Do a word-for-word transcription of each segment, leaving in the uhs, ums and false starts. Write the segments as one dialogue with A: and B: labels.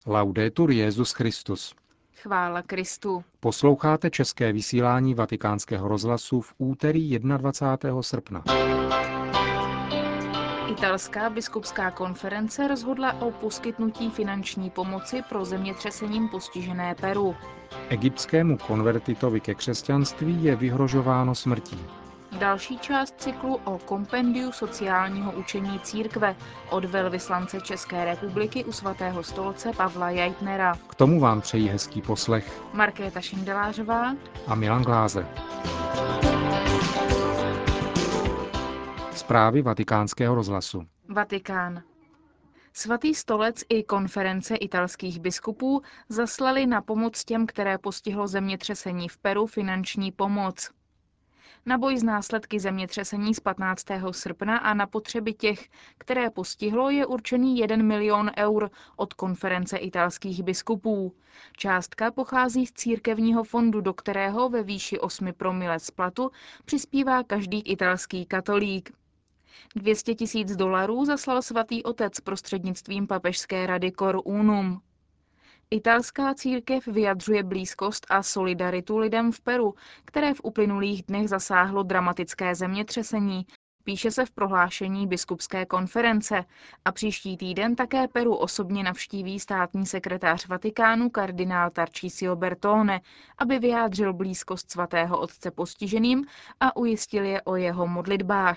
A: Laudetur Jesus Christus.
B: Chvála Kristu.
A: Posloucháte české vysílání Vatikánského rozhlasu v úterý dvacátého prvního srpna.
B: Italská biskupská konference rozhodla o poskytnutí finanční pomoci pro zemětřesením postižené Peru.
A: Egyptskému konvertitovi ke křesťanství je vyhrožováno smrtí.
B: Další část cyklu o kompendiu sociálního učení církve od velvyslance České republiky u svatého stolce Pavla Jajtnera.
A: K tomu vám přejí hezký poslech
B: Markéta Šindelářová
A: a Milan Glázer. Zprávy Vatikánského rozhlasu.
B: Vatikán. Svatý stolec i konference italských biskupů zaslali na pomoc těm, které postihlo zemětřesení v Peru, finanční pomoc. Na boj s následky zemětřesení z patnáctého srpna a na potřeby těch, které postihlo, je určený jeden milion eur od konference italských biskupů. Částka pochází z církevního fondu, do kterého ve výši osmi promile z platu přispívá každý italský katolík. dvě stě tisíc dolarů zaslal svatý otec prostřednictvím papežské rady Cor Unum. Italská církev vyjadřuje blízkost a solidaritu lidem v Peru, které v uplynulých dnech zasáhlo dramatické zemětřesení, píše se v prohlášení biskupské konference, a příští týden také Peru osobně navštíví státní sekretář Vatikánu kardinál Tarcisio Bertone, aby vyjádřil blízkost svatého otce postiženým a ujistil je o jeho modlitbách.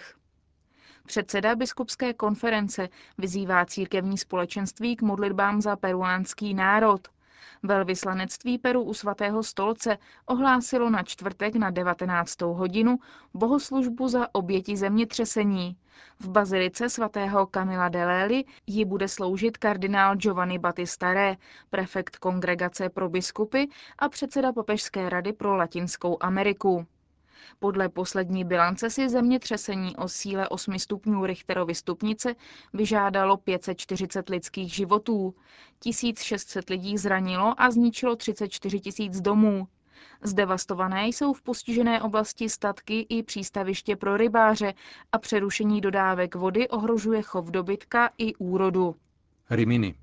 B: Předseda biskupské konference vyzývá církevní společenství k modlitbám za peruánský národ. Velvyslanectví Peru u svatého stolce ohlásilo na čtvrtek na devatenáctou hodinu bohoslužbu za oběti zemětřesení. V bazilice svatého Camila Delelli ji bude sloužit kardinál Giovanni Battista Re, prefekt kongregace pro biskupy a předseda papežské rady pro Latinskou Ameriku. Podle poslední bilance si zemětřesení o síle osmi stupňů Richterovy stupnice vyžádalo pět set čtyřicet lidských životů, tisíc šest set lidí zranilo a zničilo třicet čtyři tisíc domů. Zdevastované jsou v postižené oblasti statky i přístaviště pro rybáře a přerušení dodávek vody ohrožuje chov dobytka i úrodu.
A: Rimini.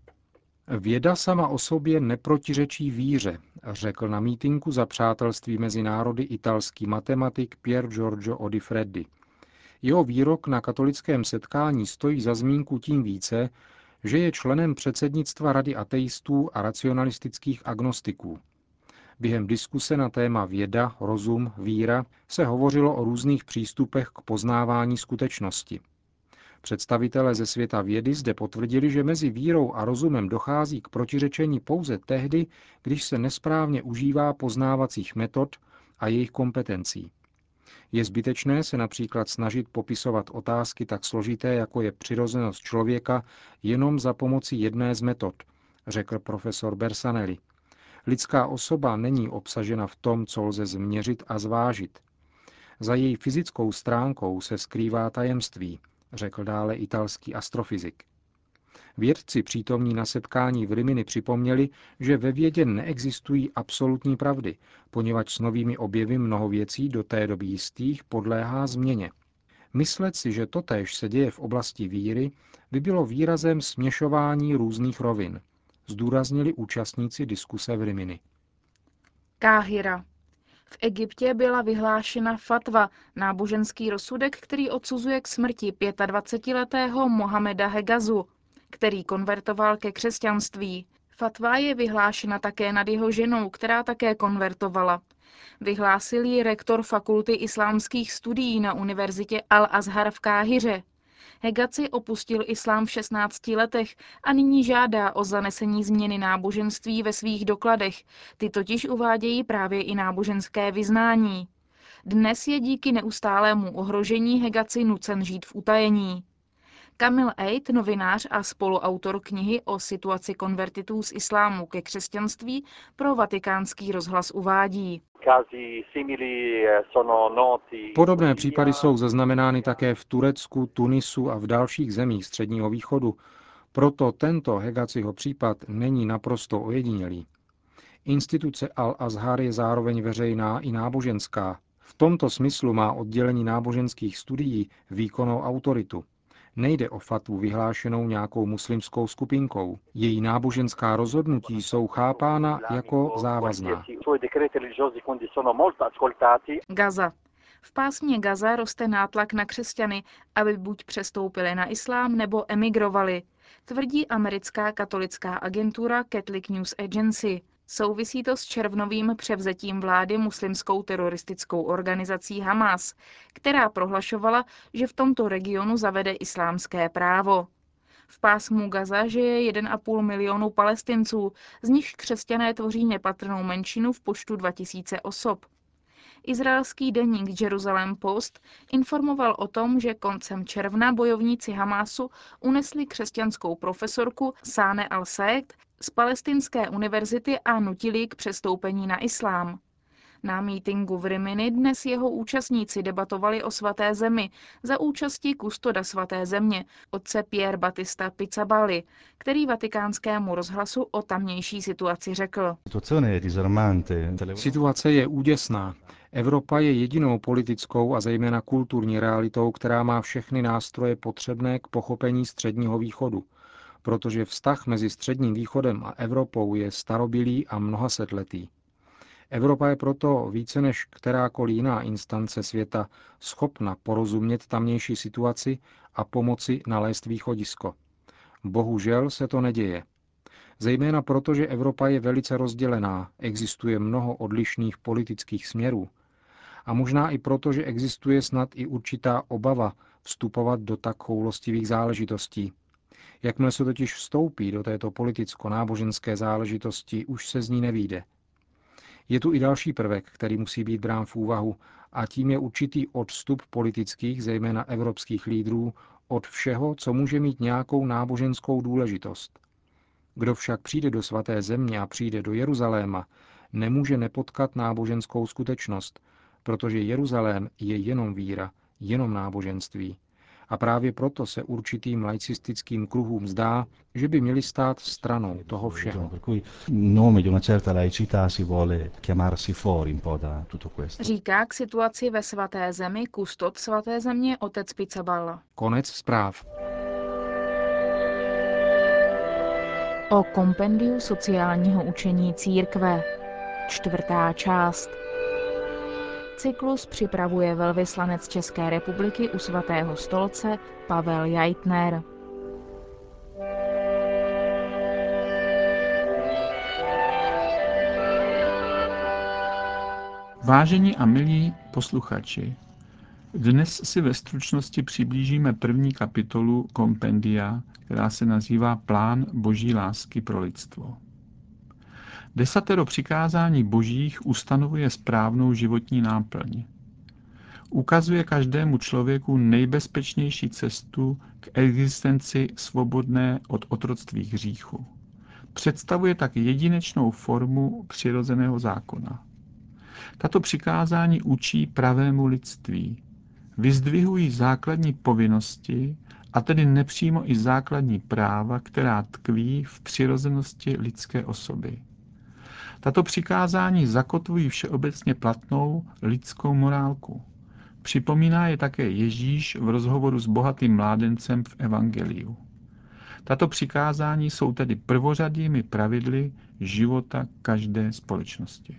A: Věda sama o sobě neprotiřečí víře, řekl na mítinku za přátelství mezi národy italský matematik Pier Giorgio Odifreddi. Jeho výrok na katolickém setkání stojí za zmínku tím více, že je členem předsednictva Rady ateistů a racionalistických agnostiků. Během diskuse na téma věda, rozum, víra se hovořilo o různých přístupech k poznávání skutečnosti. Představitelé ze světa vědy zde potvrdili, že mezi vírou a rozumem dochází k protiřečení pouze tehdy, když se nesprávně užívá poznávacích metod a jejich kompetencí. Je zbytečné se například snažit popisovat otázky tak složité, jako je přirozenost člověka, jenom za pomoci jedné z metod, řekl profesor Bersanelli. Lidská osoba není obsažena v tom, co lze změřit a zvážit. Za její fyzickou stránkou se skrývá tajemství, řekl dále italský astrofyzik. Vědci přítomní na setkání v Rimini připomněli, že ve vědě neexistují absolutní pravdy, poněvadž s novými objevy mnoho věcí do té doby jistých podléhá změně. Myslet si, že totéž se děje v oblasti víry, by bylo výrazem směšování různých rovin, zdůraznili účastníci diskuse v Rimini.
B: Káhira. V Egyptě byla vyhlášena fatva, náboženský rozsudek, který odsuzuje k smrti dvacetiletého Mohameda Hegazu, který konvertoval ke křesťanství. Fatva je vyhlášena také nad jeho ženou, která také konvertovala. Vyhlásil ji rektor fakulty islámských studií na univerzitě Al-Azhar v Káhiře. Hegazi opustil islám v šestnácti letech a nyní žádá o zanesení změny náboženství ve svých dokladech. Ty totiž uvádějí právě i náboženské vyznání. Dnes je díky neustálému ohrožení Hegazi nucen žít v utajení. Kamil Eid, novinář a spoluautor knihy o situaci konvertitů z islámu ke křesťanství, pro Vatikánský rozhlas uvádí.
A: Podobné případy jsou zaznamenány také v Turecku, Tunisu a v dalších zemích Středního východu, proto tento Hegaziho případ není naprosto ojedinělý. Instituce Al-Azhar je zároveň veřejná i náboženská. V tomto smyslu má oddělení náboženských studií výkonnou autoritu. Nejde o fatvu vyhlášenou nějakou muslimskou skupinkou. Její náboženská rozhodnutí jsou chápána jako závazná.
B: Gaza. V pásmě Gaza roste nátlak na křesťany, aby buď přestoupili na islám nebo emigrovali, tvrdí americká katolická agentura Catholic News Agency. Souvisí to s červnovým převzetím vlády muslimskou teroristickou organizací Hamas, která prohlašovala, že v tomto regionu zavede islámské právo. V pásmu Gaza žije jeden a půl milionu Palestinců, z nichž křesťané tvoří nepatrnou menšinu v počtu dva tisíce osob. Izraelský deník Jerusalem Post informoval o tom, že koncem června bojovníci Hamásu unesli křesťanskou profesorku Sáne al-Saed z palestinské univerzity a nutili k přestoupení na islám. Na mítinku v Rimini dnes jeho účastníci debatovali o svaté zemi za účasti kustoda svaté země, otce Pier Battista Pizzabali, který vatikánskému rozhlasu o tamnější situaci řekl.
A: Situace je úděsná. Evropa je jedinou politickou a zejména kulturní realitou, která má všechny nástroje potřebné k pochopení Středního východu, protože vztah mezi Středním východem a Evropou je starobylý a mnohasetletý. Evropa je proto více než kterákoliv jiná instance světa schopna porozumět tamnější situaci a pomoci nalézt východisko. Bohužel se to neděje. Zejména proto, že Evropa je velice rozdělená, existuje mnoho odlišných politických směrů a možná i proto, že existuje snad i určitá obava vstupovat do tak choulostivých záležitostí. Jakmile se totiž vstoupí do této politicko-náboženské záležitosti, už se z ní nevyjde. Je tu i další prvek, který musí být brán v úvahu, a tím je určitý odstup politických, zejména evropských lídrů, od všeho, co může mít nějakou náboženskou důležitost. Kdo však přijde do svaté země a přijde do Jeruzaléma, nemůže nepotkat náboženskou skutečnost, protože Jeruzalém je jenom víra, jenom náboženství. A právě proto se určitým laicistickým kruhům zdá, že by měli stát stranou toho všeho.
B: Říká k situaci ve svaté zemi kustod svaté země otec Pizzaballa.
A: Konec zpráv.
B: O kompendiu sociálního učení církve. Čtvrtá část. Cyklus připravuje velvyslanec České republiky u svatého stolce Pavel Jajtner.
C: Vážení a milí posluchači, dnes si ve stručnosti přiblížíme první kapitolu kompendia, která se nazývá Plán boží lásky pro lidstvo. Desatero přikázání božích ustanovuje správnou životní náplň. Ukazuje každému člověku nejbezpečnější cestu k existenci svobodné od otroctví hříchu. Představuje tak jedinečnou formu přirozeného zákona. Tato přikázání učí pravému lidství, vyzdvihují základní povinnosti, a tedy nepřímo i základní práva, která tkví v přirozenosti lidské osoby. Tato přikázání zakotvují všeobecně platnou lidskou morálku. Připomíná je také Ježíš v rozhovoru s bohatým mládencem v Evangeliu. Tato přikázání jsou tedy prvořadými pravidly života každé společnosti.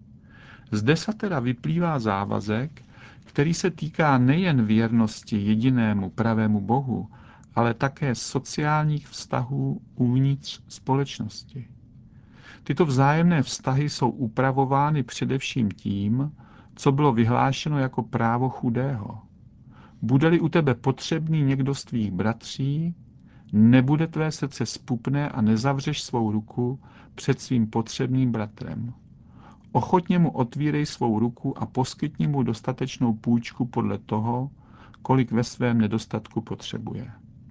C: Z desatera vyplývá závazek, který se týká nejen věrnosti jedinému pravému Bohu, ale také sociálních vztahů uvnitř společnosti. Tyto vzájemné vztahy jsou upravovány především tím, co bylo vyhlášeno jako právo chudého. Bude-li u tebe potřebný někdo z tvých bratří, nebude tvé srdce zpupné a nezavřeš svou ruku před svým potřebným bratrem. Ochotně mu otvírej svou ruku a poskytni mu dostatečnou půjčku podle toho, kolik ve svém nedostatku potřebuje.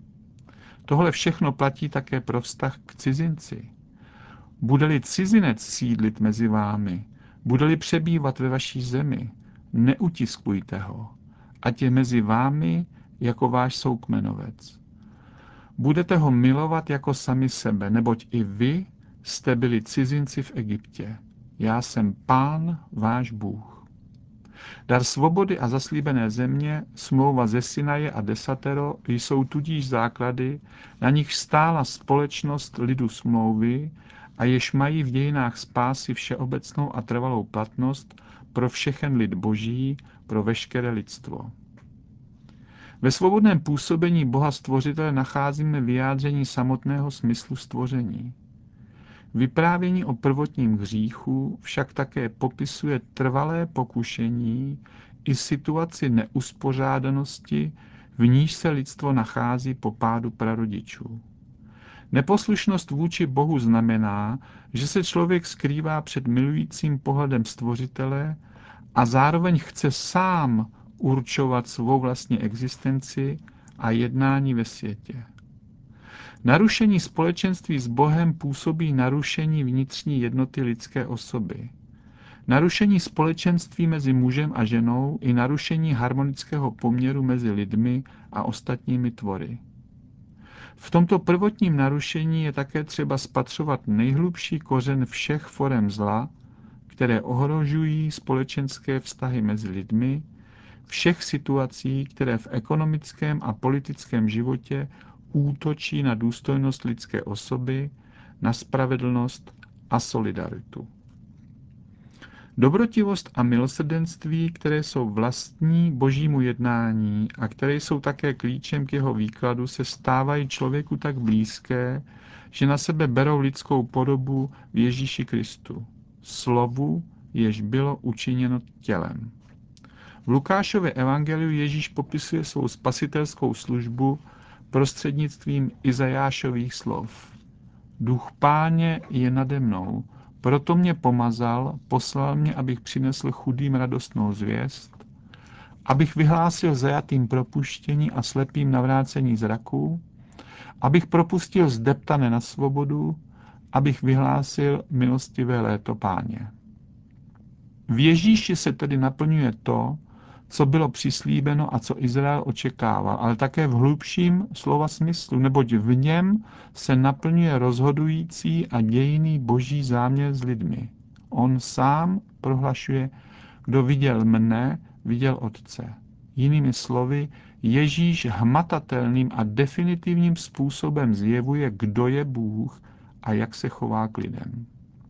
C: Tohle všechno platí také pro vztah k cizinci. Bude-li cizinec sídlit mezi vámi, bude-li přebývat ve vaší zemi, neutiskujte ho, ať je mezi vámi jako váš soukmenovec. Budete ho milovat jako sami sebe, neboť i vy jste byli cizinci v Egyptě. Já jsem Pán, váš Bůh. Dar svobody a zaslíbené země, smlouva ze Sinaje a desatero jsou tudíž základy, na nich stála společnost lidu smlouvy a jež mají v dějinách spásy všeobecnou a trvalou platnost pro všechen lid boží, pro veškeré lidstvo. Ve svobodném působení Boha Stvořitele nacházíme vyjádření samotného smyslu stvoření. Vyprávění o prvotním hříchu však také popisuje trvalé pokušení i situaci neuspořádanosti, v níž se lidstvo nachází po pádu prarodičů. Neposlušnost vůči Bohu znamená, že se člověk skrývá před milujícím pohledem Stvořitele a zároveň chce sám určovat svou vlastní existenci a jednání ve světě. Narušení společenství s Bohem působí narušení vnitřní jednoty lidské osoby. Narušení společenství mezi mužem a ženou i narušení harmonického poměru mezi lidmi a ostatními tvory. V tomto prvotním narušení je také třeba spatřovat nejhlubší kořen všech forem zla, které ohrožují společenské vztahy mezi lidmi, všech situací, které v ekonomickém a politickém životě útočí na důstojnost lidské osoby, na spravedlnost a solidaritu. Dobrotivost a milosrdenství, které jsou vlastní božímu jednání a které jsou také klíčem k jeho výkladu, se stávají člověku tak blízké, že na sebe berou lidskou podobu v Ježíši Kristu, slovu, jež bylo učiněno tělem. V Lukášově evangeliu Ježíš popisuje svou spasitelskou službu prostřednictvím Izajášových slov. Duch Páně je nade mnou, proto mě pomazal, poslal mě, abych přinesl chudým radostnou zvěst, abych vyhlásil zajatým propuštění a slepým navrácení zraků, abych propustil zdeptané na svobodu, abych vyhlásil milostivé léto Páně. V Ježíši se tedy naplňuje to, co bylo přislíbeno a co Izrael očekával, ale také v hlubším slova smyslu, neboť v něm se naplňuje rozhodující a dějinný boží záměr s lidmi. On sám prohlašuje, kdo viděl mne, viděl Otce. Jinými slovy, Ježíš hmatatelným a definitivním způsobem zjevuje, kdo je Bůh a jak se chová k lidem.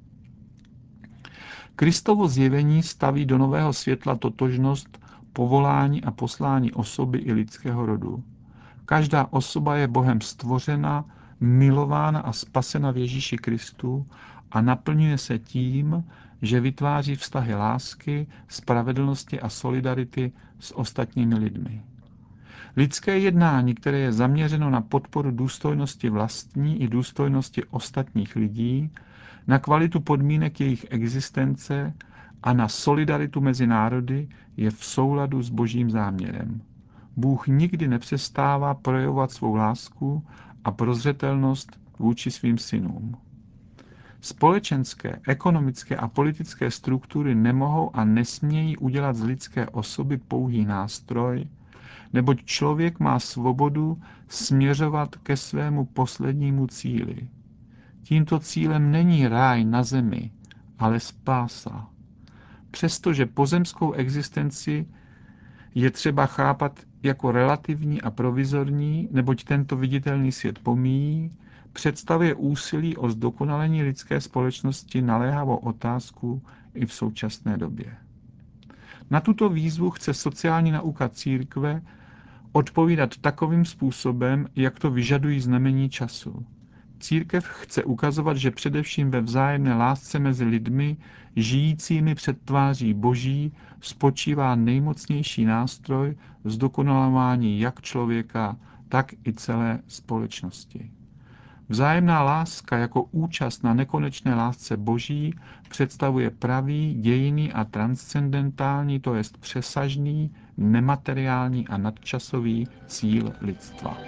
C: Kristovo zjevení staví do nového světla totožnost, povolání a poslání osoby i lidského rodu. Každá osoba je Bohem stvořena, milována a spasena v Ježíši Kristu a naplňuje se tím, že vytváří vztahy lásky, spravedlnosti a solidarity s ostatními lidmi. Lidské jednání, které je zaměřeno na podporu důstojnosti vlastní i důstojnosti ostatních lidí, na kvalitu podmínek jejich existence a na solidaritu mezi národy, je v souladu s božím záměrem. Bůh nikdy nepřestává projevovat svou lásku a prozřetelnost vůči svým synům. Společenské, ekonomické a politické struktury nemohou a nesmějí udělat z lidské osoby pouhý nástroj, neboť člověk má svobodu směřovat ke svému poslednímu cíli. Tímto cílem není ráj na zemi, ale spása. Přestože pozemskou existenci je třeba chápat jako relativní a provizorní, neboť tento viditelný svět pomíjí, představuje úsilí o zdokonalení lidské společnosti naléhavou otázku i v současné době. Na tuto výzvu chce sociální nauka církve odpovídat takovým způsobem, jak to vyžadují znamení času. Církev chce ukazovat, že především ve vzájemné lásce mezi lidmi, žijícími před tváří Boží, spočívá nejmocnější nástroj zdokonalování jak člověka, tak i celé společnosti. Vzájemná láska jako účast na nekonečné lásce Boží představuje pravý, dějinný a transcendentální, to jest přesažný, nemateriální a nadčasový cíl lidstva.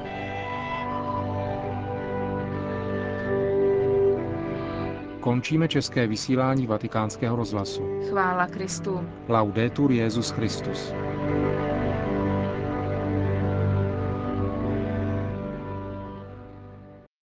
A: Končíme české vysílání Vatikánského rozhlasu.
B: Chvála Kristu.
A: Laudetur Jesus Christus.